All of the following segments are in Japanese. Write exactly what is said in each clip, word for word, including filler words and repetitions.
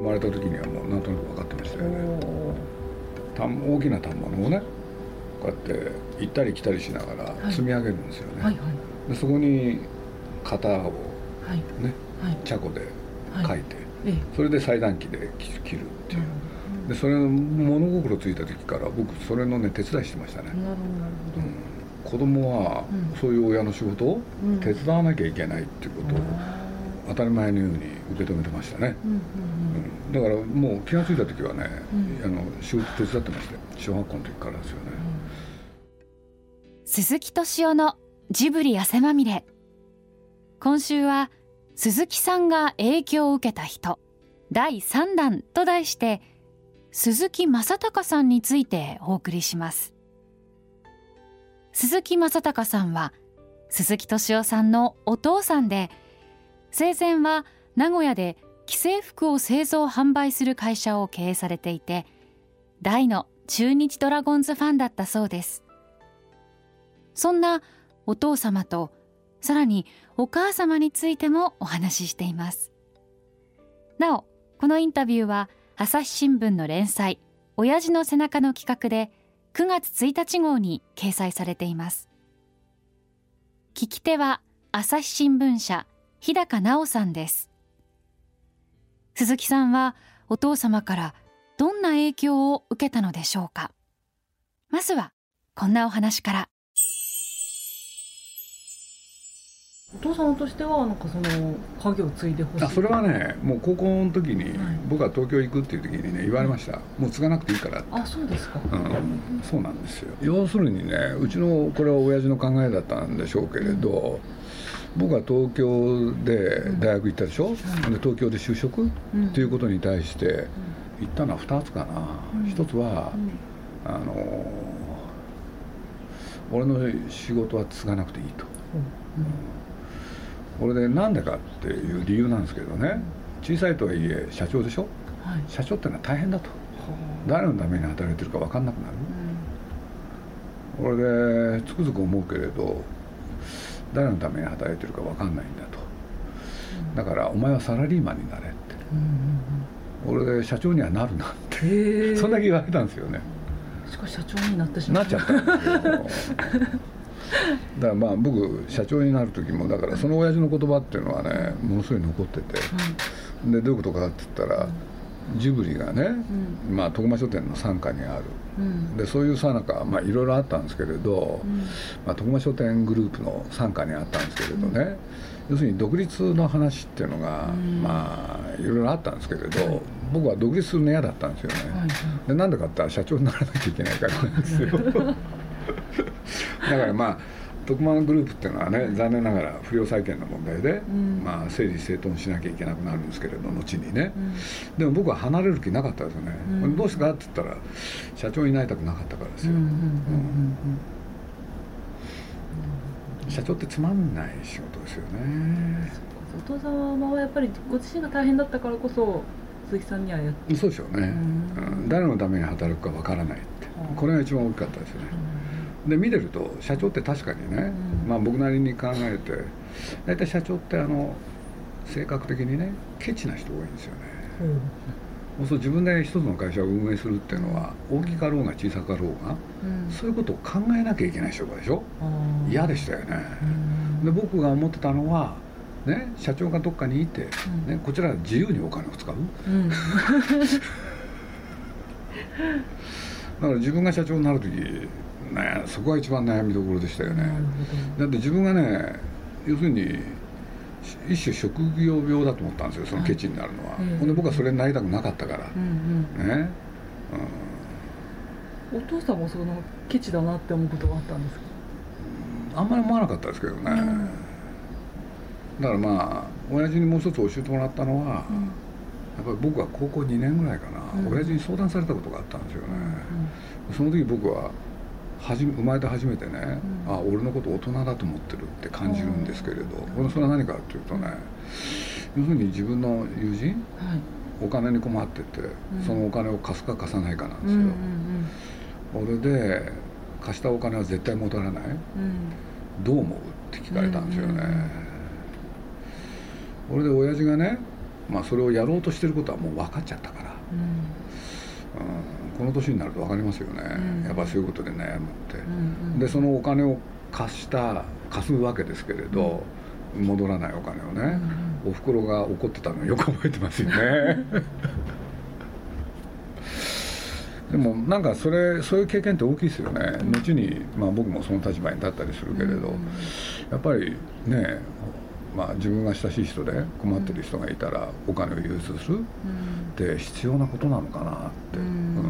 まれた時にはもうなんとなく分かってましたよね。田ん大きな田んぼのをねこうやって行ったり来たりしながら積み上げるんですよね、はいはいはい、でそこに型をね、はい、茶子で書いて、はい、それで裁断機で切るっていう、うん、でそれの物心ついた時から僕それのね手伝いしてましたね。なるほどなるほど、うん子供はそういう親の仕事を手伝わなきゃいけないっていうことを当たり前のように受け止めてましたね、うんうんうん、だからもう気がついた時はね、うん、あの仕事手伝ってましたよ。小学校の時からですよね、 うん、鈴木敏夫のジブリ汗まみれ。今週は鈴木さんが影響を受けた人だいさんだんと題して鈴木正隆さんについてお送りします。鈴木正隆さんは鈴木敏夫さんのお父さんで、生前は名古屋で既製服を製造販売する会社を経営されていて、大の中日ドラゴンズファンだったそうです。そんなお父様とさらにお母様についてもお話ししています。なおこのインタビューは朝日新聞の連載親父の背中の企画でくがつついたち号に掲載されています。聞き手は朝日新聞社日高直さんです。鈴木さんはお父様からどんな影響を受けたのでしょうか。まずはこんなお話から。 お父様としてはなんかその家業を継いでほしい。 あそれはねもう高校の時に、はい、僕は東京行くっていう時にね言われました、はい、もう継がなくていいからって。 あそうですか、 うん、そうなんですよ。要するにねうちのこれは親父の考えだったんでしょうけれど、うん、僕は東京で大学行ったでしょ、うん、で東京で就職、うん、っていうことに対して言ったのはふたつかな、うん、ひとつは、うん、あの俺の仕事は継がなくていいと、うんうんこれでなんでかっていう理由なんですけどね、小さいとはいえ社長でしょ、はい、社長ってのは大変だと、誰のために働いてるか分かんなくなる、うん、これでつくづく思うけれど誰のために働いてるか分かんないんだと、うん、だからお前はサラリーマンになれって、うんうんうん、俺で社長にはなるなってそんだけ言われたんですよね。 しかし社長になってしまったなっちゃったんですよだからまあ僕社長になる時もだからその親父の言葉っていうのはねものすごい残ってて、うん、でどういうことかって言ったら、うん、ジブリがね、うんまあ、徳間書店の傘下にある、うん、でそういうさなかいろいろあったんですけれど、うんまあ、徳間書店グループの傘下にあったんですけれどね、うん、要するに独立の話っていうのが、うん、まあいろいろあったんですけれど、うん、僕は独立するの嫌だったんですよね、はい、でなんでかって言ったら社長にならなきゃいけないからなんですよだからまあ徳間グループっていうのはね残念ながら不良債権の問題で、うんまあ、整理整頓しなきゃいけなくなるんですけれど後にね、うん、でも僕は離れる気なかったですよね、うん、どうしてかって言ったら社長になりたくなかったからですよ、社長ってつまんない仕事ですよね。 お父様はやっぱりご自身が大変だったからこそ鈴木さんにはやってそうでしょうね、うん、誰のために働くかわからないってこれが一番大きかったですよね、うん、で見てると社長って確かにね、うんまあ、僕なりに考えて大体社長ってあの性格的にねケチな人多いんですよね、うん、そう自分で一つの会社を運営するっていうのは大きかろうが小さかろうが、うん、そういうことを考えなきゃいけない職場でしょ、うん、嫌でしたよね、うん、で僕が思ってたのはね、社長がどっかにいて、うんね、こちらは自由にお金を使う、うん、だから自分が社長になるとき、ね、そこが一番悩みどころでしたよね。だって自分がね要するに一種職業病だと思ったんですよそのケチになるのは、はい、ほんで僕はそれになりたくなかったから、うんうんねうん、お父さんもそのケチだなって思うことがあったんですか？ あんまり思わなかったですけどね、うんだからまあ親父にもう一つ教えてもらったのは、うん、やっぱり僕は高校にねんぐらいかな、うん、親父に相談されたことがあったんですよね、うん、その時僕ははじ生まれて初めてね、うん、あ俺のこと大人だと思ってるって感じるんですけれど、これそれは何かっていうとね、要するに自分の友人、はい、お金に困ってて、うん、そのお金を貸すか貸さないかなんですよ、うんうんうん、それで貸したお金は絶対戻らない、うん、どう思うって聞かれたんですよね、うんうんうん、これで親父がねまあ、それをやろうとしてることはもう分かっちゃったから、うんうん、この年になると分かりますよね、うん、やっぱりそういうことで悩むって、うんうん、でそのお金を貸した貸すわけですけれど、うん、戻らないお金をね、うんうん、おふくろが怒ってたのをよく覚えてますよねでもなんかそれそういう経験って大きいですよね、うん、後に、まあ、僕もその立場に立ったりするけれど、うん、やっぱりね、まあ、自分が親しい人で困ってる人がいたらお金を融通するって必要なことなのかなって、うんうん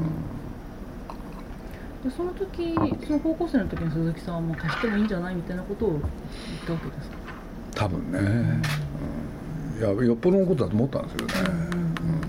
でその時その高校生の時に鈴木さんはもう貸してもいいんじゃないみたいなことを言ったわけですか？ 多分ね、うん、いやよっぽどのことだと思ったんですよね、うんうん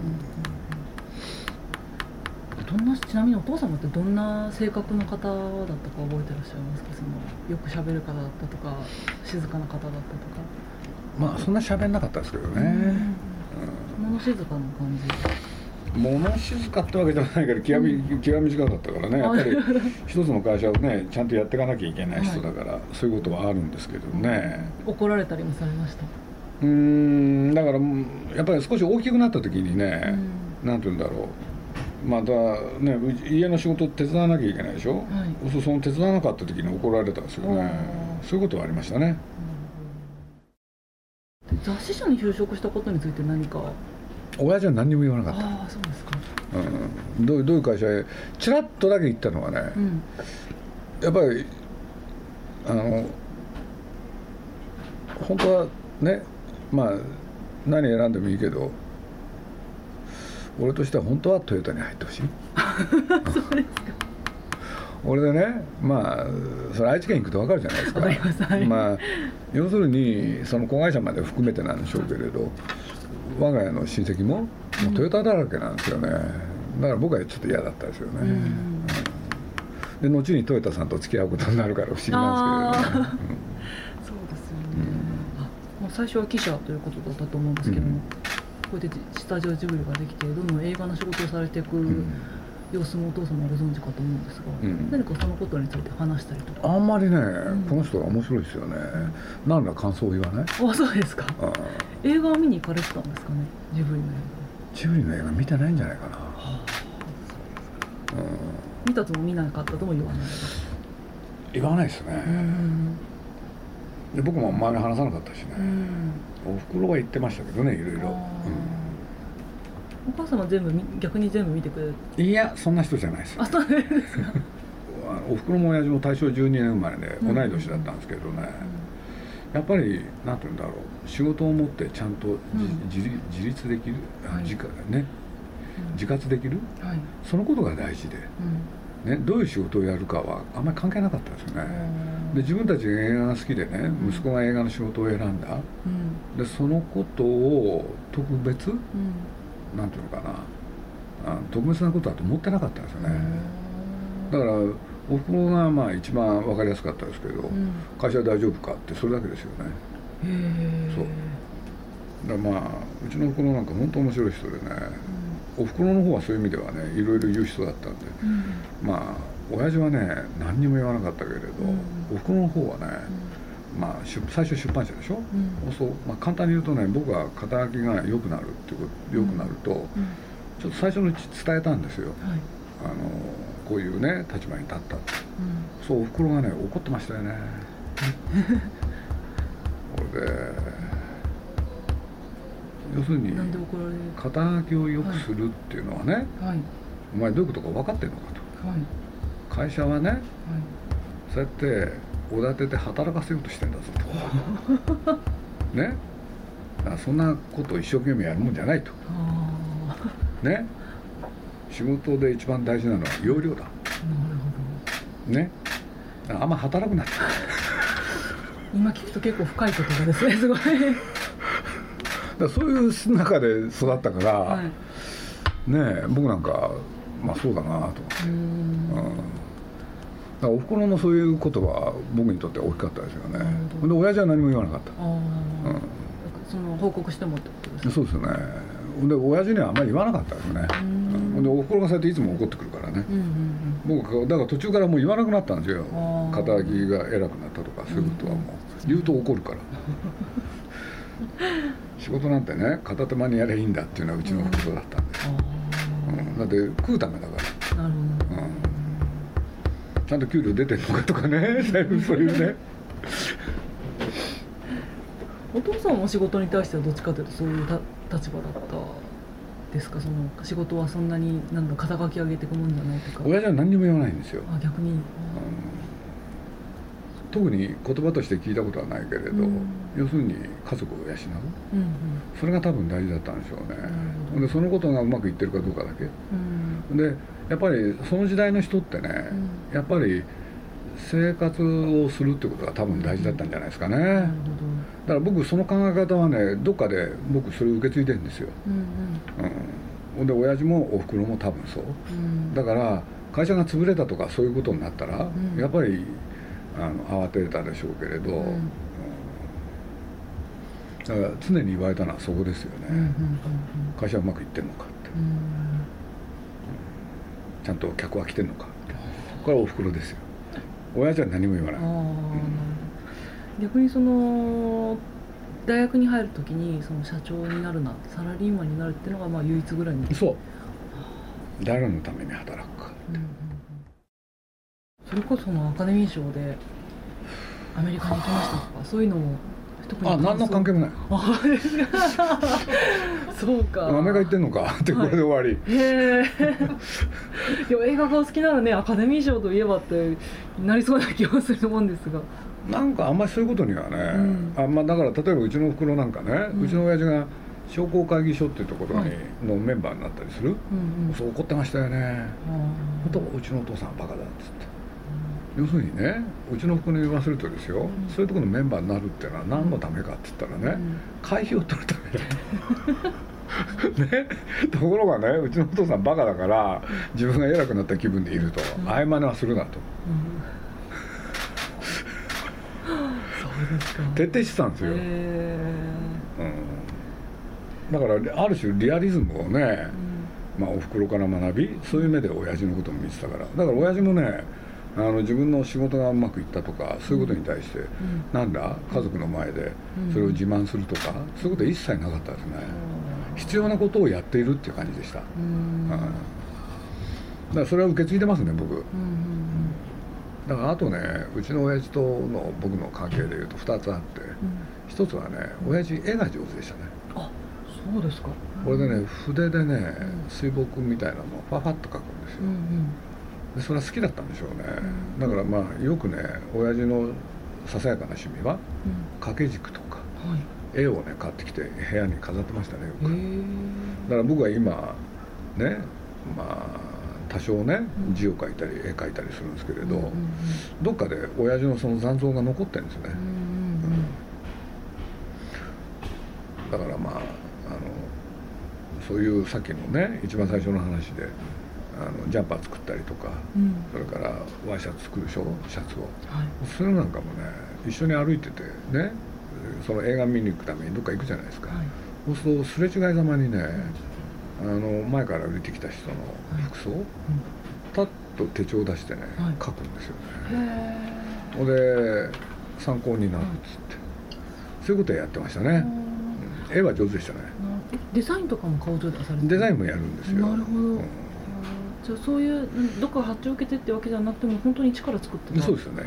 うん、どんなちなみにお父様ってどんな性格の方だったか覚えてらっしゃいますか？そのよく喋る方だったとか静かな方だったとか。 まあそんな喋んなかったですけどね、 うんうん、物静かな感じ。 物静かってわけじゃないけど極み、うん、極み時間だったからね、やっぱり一つの会社をねちゃんとやっていかなきゃいけない人だから、はい、そういうことはあるんですけどね、 うん、怒られたりもされました？ うーんだからやっぱり少し大きくなった時にね、うん、なんて言うんだろう、またね家の仕事手伝わなきゃいけないでしょ、はい、その手伝わなかった時に怒られたんですよね、そういうことはありましたね、 うん、雑誌社に就職したことについて何か？ 親父は何にも言わなかった。 ああ、そうですか。 うん、どうどういう会社へちらっとだけ言ったのはね、うん、やっぱりあの本当はね、まあ何選んでもいいけど俺としては本当はトヨタに入ってほしいそうですか。 俺でね、まあそれ愛知県行くと分かるじゃないですか。 分かります、はい、 まあ要するにその子会社まで含めてなんでしょうけれど、我が家の親戚ももうトヨタだらけなんですよね、うん、だから僕はちょっと嫌だったですよね、うんうん、で後にトヨタさんと付き合うことになるから不思議なんですけれどね、うん、そうですよね、 うん、あもう最初は記者ということだったと思うんですけども、うん、こうやってスタジオジブリができてどんどん映画の仕事をされていく、うん様子もお父様はご存知かと思うんですが、うん、何かそのことについて話したりとか。 あんまりね、うん、この人は面白いですよね、うん、何ら感想を言わない。 あ、そうですか。あ映画を見に行かれてたんですかね、ジブリの映画。ジブリの映画見てないんじゃないかな、はあうん、見たとも見なかったとも言わない。 言わないですね、うん、で僕も前に話さなかったしね、うん、おふくろは言ってましたけどね、いろいろ。 お母様全部逆に全部見てくれる？ いやそんな人じゃないですよ。 あ、そうですか。 おふくろも親父も大正じゅうにねん生まれで同い年だったんですけどね、うんうん、やっぱりなんて言うんだろう、仕事を持ってちゃんと 自,、うん、自立できる、はい、自, ね、うん、自活できる、はい、そのことが大事で、うんね、どういう仕事をやるかはあんまり関係なかったですよね、うん、で自分たちが映画が好きでね、うん、息子が映画の仕事を選んだ、うん、でそのことを特別、うんなんていうのかな、あ特別なことだと思ってなかったんですよね。だからおふくろがまあ一番分かりやすかったですけど、うん、会社大丈夫かってそれだけですよね。へそうだからまあうちのおふくろなんか本当面白い人でね、うん、おふくろの方はそういう意味ではねいろいろ言う人だったんで、うん、まあ親父はね何にも言わなかったけれど、うん、おふくろの方はね、うんまあ、最初出版社でしょ、うんそうまあ、簡単に言うとね僕は肩書きが良くなるっていうこと良くなると、うん、ちょっと最初のうち伝えたんですよ、はい、あのこういうね立場に立ったって、うん、そうおふくろがね怒ってましたよねこれで要するに肩書きを良くするっていうのはね、はい、お前どういうことか分かってんのかと、はい、会社はね、はい、そうやっておだてて働かせようとしてんだぞとね、だからそんなことを一生懸命やるもんじゃないとね、仕事で一番大事なのは要領だ、なるほどね、だからあんま働くなって今聞くと結構深い言葉ですね、すごいだそういう中で育ったから、はい、ね僕なんかまあそうだなと思って、うん、だからおふくろのそういうことは僕にとって大きかったですよね。で親父は何も言わなかった。あ、うん、 その報告してもってことですか。 そうですよね。で親父にはあんまり言わなかったですね。うんでおふくろがそうやっていつも怒ってくるからね、うんうんうん、僕だから途中からもう言わなくなったんですよ。肩書きが偉くなったとかそういうことはもう言うと怒るから仕事なんてね片手間にやればいいんだっていうのはうちのことだったんです、うんうん、だって食うためだから。なるほど、うん、ちゃんと給料出てるのかとかねそういうねお父さんも仕事に対してはどっちかというとそういうた立場だったですか？その仕事はそんなになんだ肩書き上げていくもんじゃないとか。 親父は何にも言わないんですよ。 あ、逆に、うん、 特に言葉として聞いたことはないけれど、うん、要するに家族を養う、うんうん、それが多分大事だったんでしょうね、うん、でそのことがうまくいってるかどうかだけ、うん、でやっぱりその時代の人ってね、うん、やっぱり生活をするってことが多分大事だったんじゃないですかね、うん、だから僕その考え方はねどっかで僕それを受け継いでるんですよ、うんうん、で親父もおふくろも多分そう、うん、だから会社が潰れたとかそういうことになったら、うん、やっぱりあの慌てたでしょうけれど、うんうん、だから常に言われたのはそこですよね、うんうんうんうん、会社はうまくいってんのかって、うんうん、ちゃんと客は来てんのか、これはおふくろですよ。親父は何も言わない。あ、うん、 逆にその大学に入るときにその社長になるなサラリーマンになるっていうのがまあ唯一ぐらいに。 そう、誰のために働くかって、うんうんうん、 それこそそのアカデミー賞でアメリカに行きましたとかそういうのも特に。 あ、何の関係もない。 そうか、 アメリカ行ってんのかってこれで終わり、 はい、へえでも映画がお好きならねアカデミー賞といえばってなりそうな気がするもんですが、 なんかあんまりそういうことにはね、うん、あんまだから例えばうちのおふくろなんかね、うん、うちの親父が商工会議所っていうところに、はい、のメンバーになったりする、うんうん、そう怒ってましたよね、うん、とうちのお父さんはバカだっつって、要するにねうちのおふくろに言わせるとですよ、うん、そういうところのメンバーになるっていうのは何のためかって言ったらね、うん、会費を取るためだとね、ところがねうちのお父さんバカだから自分が偉くなった気分でいると、うん、ああいう真似はするなと、うん、そうですか、徹底してたんですよ、へー、うん、だからある種リアリズムをね、うん、まあおふくろから学びそういう目で親父のことも見てたから、だから親父もねあの自分の仕事がうまくいったとかそういうことに対して、うん、なんだ家族の前でそれを自慢するとか、うん、そういうことは一切なかったですね、うん、必要なことをやっているっていう感じでした、うん、だからそれは受け継いでますね僕、うんうんうん、だからあとねうちの親父との僕の関係でいうとふたつあって、うん、ひとつはね親父絵が上手でしたね。 あ、そうですか。 これでね筆でね水墨みたいなのをファファッと描くんですよ、うんうん、でそれは好きだったんでしょうね、うん、だからまあよくね親父のささやかな趣味は、うん、掛け軸とか、はい、絵をね買ってきて部屋に飾ってましたねよく。だから僕は今ねまあ多少ね字を書いたり絵描いたりするんですけれど、うんうんうん、どっかで親父のその残像が残ってるんですよね、うんうんうん、だからまああのそういうさっきのね一番最初の話であのジャンパー作ったりとか、うん、それからワイシャツ作るでしょシャツを、はい、それなんかもね一緒に歩いててねその映画見に行くためにどっか行くじゃないですか、はい、そうするとすれ違いざまにね、うん、あの前から歩いてきた人の服装、はい、パッと手帳を出してね、はい、書くんですよね。ほんで参考になるっつって、そういうことをやってましたね、うん、絵は上手でしたね。 デザインとかも顔上手されてる？ デザインもやるんですよ。 なるほど、うん、じゃあそういうどっか発注を受けてってわけじゃなくても本当に力作ってた？ そうですよね。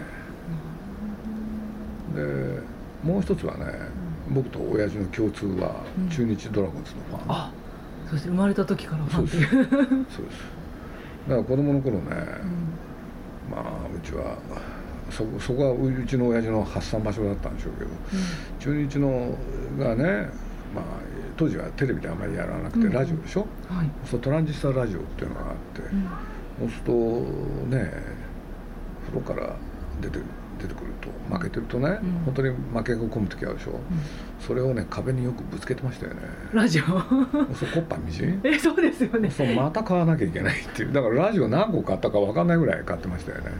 でもう一つはね、うん、僕と親父の共通は中日ドラゴンズのファン、うん、あ、 そして生まれた時からファンっていう。 そうですそうですだから子供の頃ね、うん、まあうちはそ, そこはうちの親父の発散場所だったんでしょうけど、うん、中日のがね、まあ、当時はテレビであまりやらなくて、うん、ラジオでしょ、はい、そうトランジスタラジオっていうのがあって、うん、そうするとね風呂から出て出てくると負けてるとね、うん、本当に負けが込む時あるでしょ、うん、それをね壁によくぶつけてましたよね。 ラジオそうコッパみじんえそうですよね。 そうまた買わなきゃいけないっていう、だからラジオ何個買ったか分かんないぐらい買ってましたよね。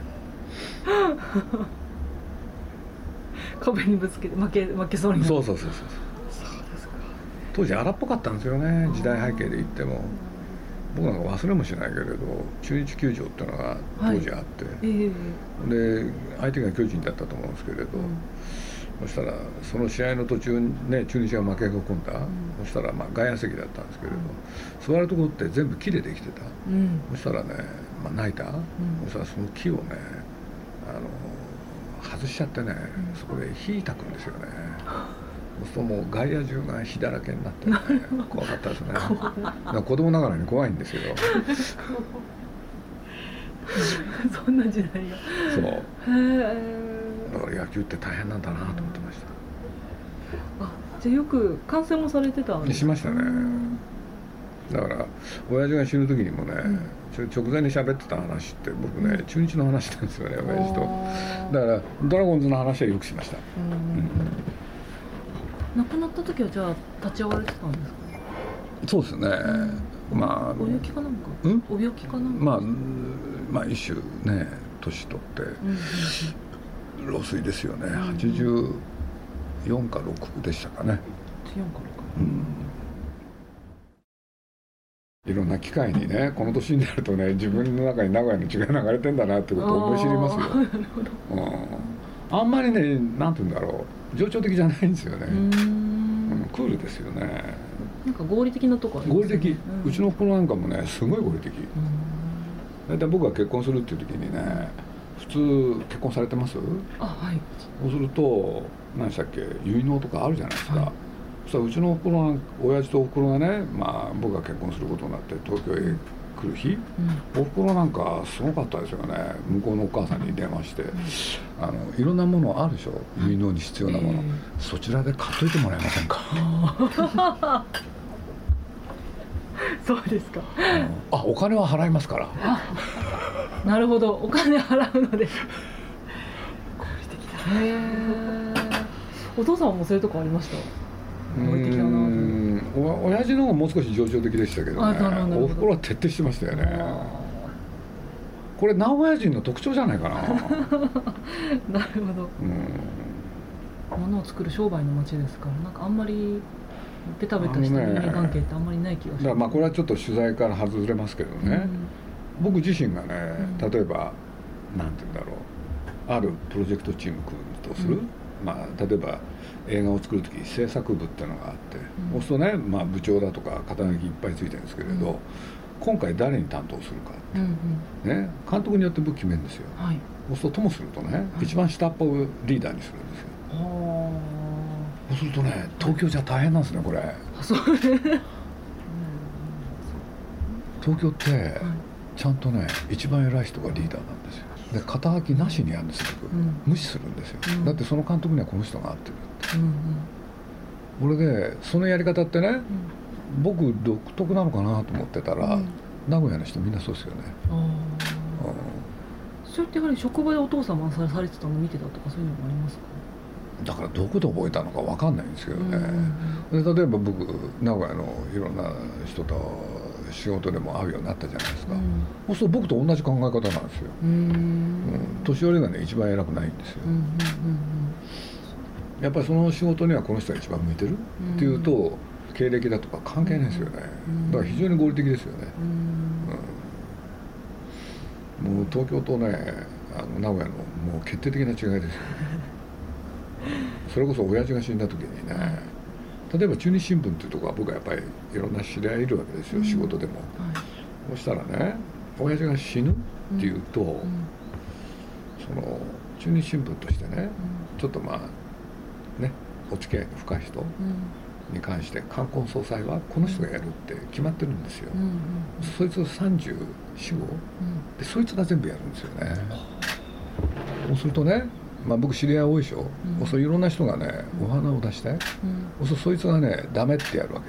壁にぶつけて負け負けそうになる。 そうそうそうそう。そうですか。当時荒っぽかったんですよね、時代背景で言っても。僕なんか忘れもしないけれど中日球場っていうのが当時あって、はい、えー、で相手が巨人だったと思うんですけれど、 そしたらその試合の途中にね中日が負けが込んだ、うん、そしたらまあ外野席だったんですけれど、うん、座るところって全部木でできてた、うん、そしたらね、まあ、泣いた、うん、そしたらその木をねあの外しちゃってね、うん、そこで火焚くんですよね。そうするともう外野中が火だらけになって、ね、怖かったですね。子供ながらに怖いんですけどそんな時代がそうへだから野球って大変なんだなと思ってました。 あ、じゃあよく観戦もされてたんですか？ しましたね。だから親父が死ぬ時にもね、うん、直前に喋ってた話って僕ね、うん、中日の話なんですよね親父と。だからドラゴンズの話はよくしました。うんうん、 亡くなった時はじゃあ立ち会われてたんですか？ そうですね、うん、まあお病気かなんか、うん、お病気かなんか、 まあ、まあ一種ね年取って、うんうんうん、老衰ですよね、うん、はちじゅうよんかろくでしたかね。はちじゅうよんかろく、うん、いろんな機会にねこの年になるとね自分の中に名古屋の血が流れてんだなってことを思い知りますよ。なるほど、うん、あんまりねなんて言うんだろう情緒的じゃないんですよね。うん、うん、クールですよね。 なんか合理的なとこありますね。 合理的、うん、うちの子なんかもねすごい合理的。大体僕が結婚するっていう時にね普通結婚されてます？ あ、はい。 そうすると何でしたっけ結納とかあるじゃないですか、はい、そしたらうちのおふくろ親父とおふくろがね、まあ、僕が結婚することになって東京へ来る日、うん、おふくろなんかすごかったですよね。向こうのお母さんに電話して、うん、あのいろんなものあるでしょ結納に必要なもの、えー、そちらで買っといてもらえませんか？ そうですか、 うん、あ、お金は払いますから。 なるほど、お金払うので合理的だ。へえ。お父さんもそういうとこありました？合理的だな。 うんお親父の方がもう少し情緒的でしたけどね。おふくろは徹底してましたよね。これ名古屋人の特徴じゃないかな。なるほど。物を作る商売の街ですからなんかあんまりベタベタした人間関係ってあんまりない気がします。 だからまあこれはちょっと取材から外れますけどね、うん、僕自身がね例えば、うん、なんて言うんだろうあるプロジェクトチーム組むとする、うん、まあ例えば映画を作る時制作部っていうのがあって、うん、そうするとね、まあ、部長だとか肩書きいっぱいついてるんですけれど、うん、今回誰に担当するかって、うんうんね、監督によって僕決めるんですよ、はい、そうするとともするとね、はい、一番下っ端をリーダーにするんですよ。そうするとね東京じゃ大変なんですねこれ。東京ってちゃんとね一番偉い人がリーダーなんですよ。で肩書きなしにやるんですよ僕、うん、無視するんですよ、うん、だってその監督にはこの人が合ってるって、うんうん、これでそのやり方ってね、うん、僕独特なのかなと思ってたら、うん、名古屋の人みんなそうですよね。あ、 うん、それってやはり職場でお父様がされてたのを見てたとかそういうのもありますか？ だからどこで覚えたのか分かんないんですけどね、うんうん、で例えば僕名古屋のいろんな人と仕事でも会うようになったじゃないですか、うん、そうすると僕と同じ考え方なんですよ。うん、うん、年寄りがね一番偉くないんですよ、うんうんうんうん、やっぱりその仕事にはこの人が一番向いてる、うん、っていうと経歴だとか関係ないですよね、うん、だから非常に合理的ですよね、うんうん、もう東京とねあの名古屋のもう決定的な違いですよね。それこそ親父が死んだ時にね例えば中日新聞っていうところは僕はやっぱりいろんな知り合いいるわけですよ、うん、仕事でも、はい、そしたらね親父が死ぬっていうと、うんうん、その中日新聞としてね、うん、ちょっとまあねお付き合いの深い人に関して冠婚葬祭はこの人がやるって決まってるんですよ、うんうんうん、そいつさんじゅうよん、ご、うん、でそいつが全部やるんですよね、そうするとねまあ、僕知り合い多いでしょ、うん、そういろんな人がねお花を出して、うん、そうそいつがねダメってやるわ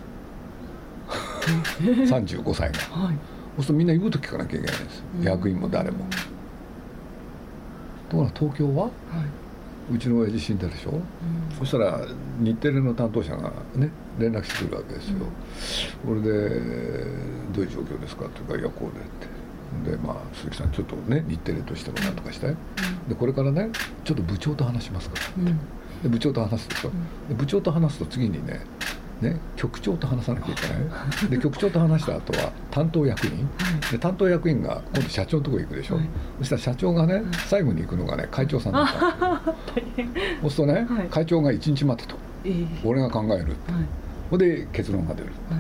けさんじゅうごさいが、はい、そうするとみんな言うこと聞かなきゃいけないんです、うん、役員も誰も。ところが東京は、はい、うちの親父死んだでしょ、うん、そしたら日テレの担当者がね連絡してくるわけですよ、うん、これでどういう状況ですかって言うから「いやこうで」って。でまあ、鈴木さんちょっとね日テレとしてもなんとかして、うん、でこれからねちょっと部長と話しますからって、うん、で部長と話すでしょ、うん、で部長と話すと次にねね、局長と話さなきゃいけないで局長と話した後は担当役員で担当役員が今度社長のところ行くでしょ、はい、そしたら社長がね最後に行くのがね会長さんだったそうするとね、はい、会長がいちにち待てと、えー、俺が考える、はい、それで結論が出る、はい、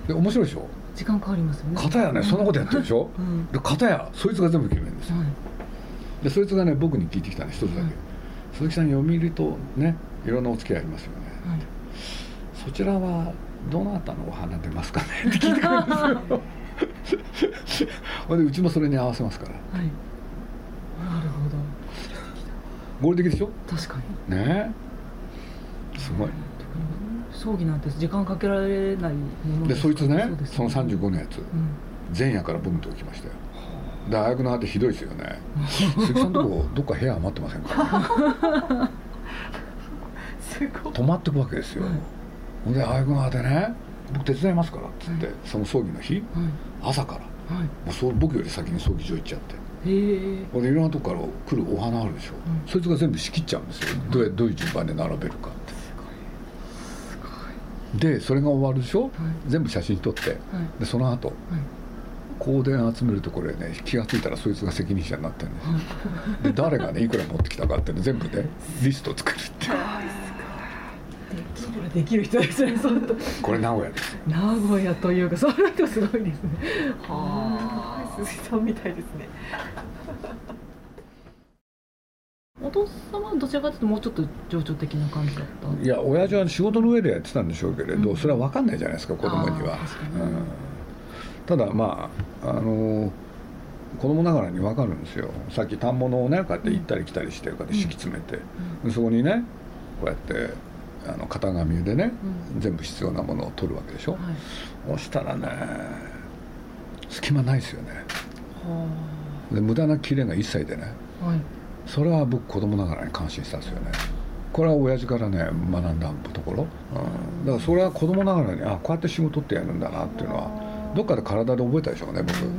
で面白いでしょ。 時間変わりますよね。 片やねそんなことやってるでしょ、うん、で片やそいつが全部決めるんですよ、はい、でそいつがね僕に聞いてきたね一つだけ、はい、鈴木さん読売とねいろんなお付き合いありますよね、はい、そちらはどなたのお花出ますかねって聞いてくるんですよでうちもそれに合わせますから、はい、 なるほど合理的でしょ。 確かにねすごい、 葬儀なんて時間かけられないものでそいつ ね, そ, ねそのさんじゅうごのやつ、うん、前夜から僕のとこ来ましたよ。であやくのあってひどいですよね鈴木さんのとこどっか部屋余ってませんかすごい泊まってくわけですよ、ほんであやくのあってね僕手伝いますからっつって、はい、その葬儀の日、はい、朝から、はい、もうそう僕より先に葬儀場行っちゃって、へほんでいろんなとこから来るお花あるでしょ、うん、そいつが全部仕切っちゃうんですよ、ど う, どういう順番で並べるかって。でそれが終わるでしょ、はい、全部写真撮って、はい、でその後、はい、香典集めるところでね気がついたらそいつが責任者になってるんです、はい、で誰がねいくら持ってきたかって全部ねリスト作るってそれできる人ですねこれ名古屋です名古屋というかそれだとすごいですねはあ鈴木さんみたいですねお父様はどちらかというともうちょっと情緒的な感じだった。 いや親父は仕事の上でやってたんでしょうけれど、うん、それは分かんないじゃないですか子供には、うん、ただまああの子供ながらに分かるんですよ。さっき反物をねこうやって行ったり来たりしてこうやって敷き詰めて、うん、そこにねこうやってあの型紙でね、うん、全部必要なものを取るわけでしょ、はい、そしたらね隙間ないですよね、はあ、で無駄な切れが一切でね、はい、それは僕子供ながらに感心したんですよね。これは親父からね学んだところ、うん、だからそれは子供ながらにあこうやって仕事ってやるんだなっていうのはどっかで体で覚えたでしょうね僕、うん、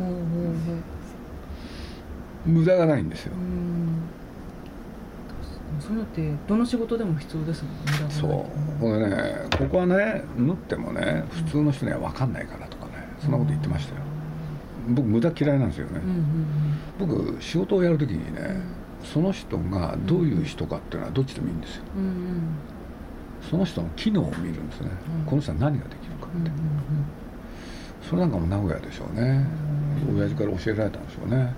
無駄がないんですよ。うんそういうのってどの仕事でも必要ですもんね。 そうこれねここはね縫ってもね普通の人には分かんないからとかね、うん、そんなこと言ってましたよ。僕無駄嫌いなんですよね、うんうんうん、僕仕事をやるときにね、うんその人がどういう人かっていうのはどっちでもいいんですよ、うんうん、その人の機能を見るんですね、うん、この人は何ができるかって、うんうんうん、それなんかも名古屋でしょうね、うん、親父から教えられたんでしょうね、うん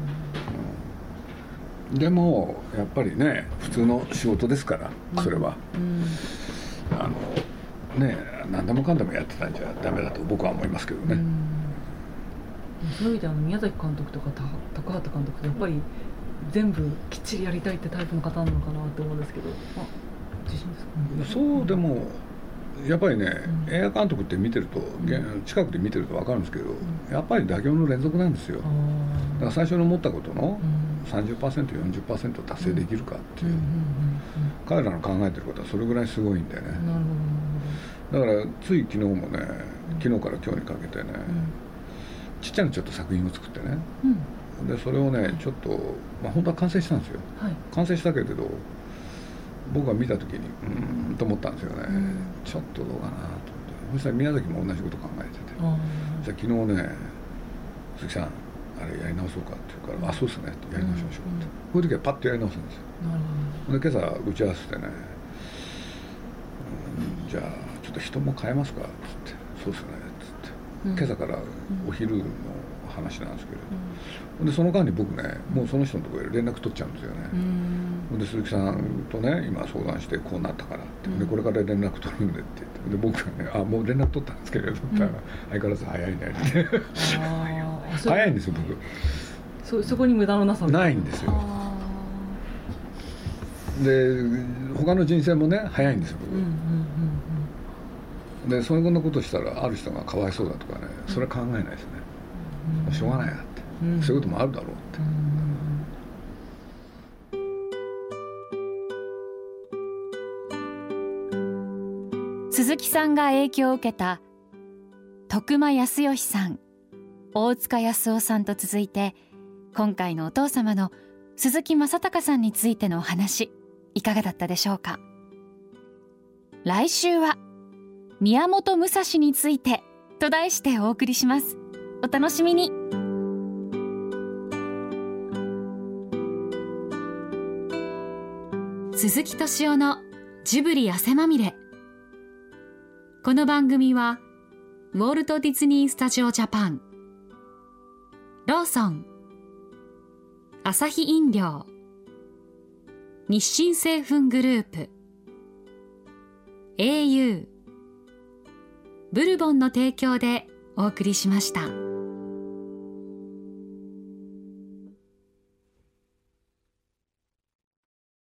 うん、でもやっぱりね普通の仕事ですからそれは、うんうん、あのね何でもかんでもやってたんじゃダメだと僕は思いますけどね、うん、 そういう意味では宮崎監督とか高畑監督ってやっぱり全部きっちりやりたいってタイプの方なのかなと思うんですけど、まあ、自信ですかね。そうでもやっぱりね、うん、映画監督って見てると、うん、近くで見てると分かるんですけど、うん、やっぱり妥協の連続なんですよ。だから最初に思ったことの さんじゅっパーセント、よんじゅっパーセント 達成できるかっていう、彼らの考えてることはそれぐらいすごいんでね。だからつい昨日もね昨日から今日にかけてね、ちっちゃなちょっと作品を作ってね、でそれをねちょっと、まあ、本当は完成したんですよ、はい、完成したけれど僕が見た時にうーんと思ったんですよね、うん、ちょっとどうかなと思って。そしたら宮崎も同じこと考えてて、じゃあ昨日ね鈴木さんあれやり直そうかって言うから、うん、あそうですねやり直しましょうって、うん、こういう時はパッとやり直すんですよ、うん、で今朝打ち合わせてね、うん、じゃあちょっと人も変えますかって言ってそうですねって言って、うん、今朝からお昼の話なんですけれど、うん、でその間に僕ねもうその人のところで連絡取っちゃうんですよね、うん、で鈴木さんとね今相談してこうなったからって、うん、でこれから連絡取るんでって言ってで僕がねあもう連絡取ったんですけれど、うん、相変わらず早いねって早いんですよ僕そ, そこに無駄のなさないんですよ。で他の人生もね早いんですよ僕、うんうんうん、でそういうのことしたらある人がかわいそうだとかねそれは考えないですね、うん、しょうがないなって、うん、そういうこともあるだろうって、 うん、鈴木さんが影響を受けた徳間康義さん、大塚康夫さんと続いて今回のお父様の鈴木正隆さんについてのお話いかがだったでしょうか。来週は宮本武蔵についてと題してお送りします。お楽しみに。鈴木敏夫のジブリ汗まみれ。この番組はウォルト・ディズニー・スタジオ・ジャパン、ローソン、アサヒ飲料、日清製粉グループ、エーユー、ブルボンの提供でお送りしました。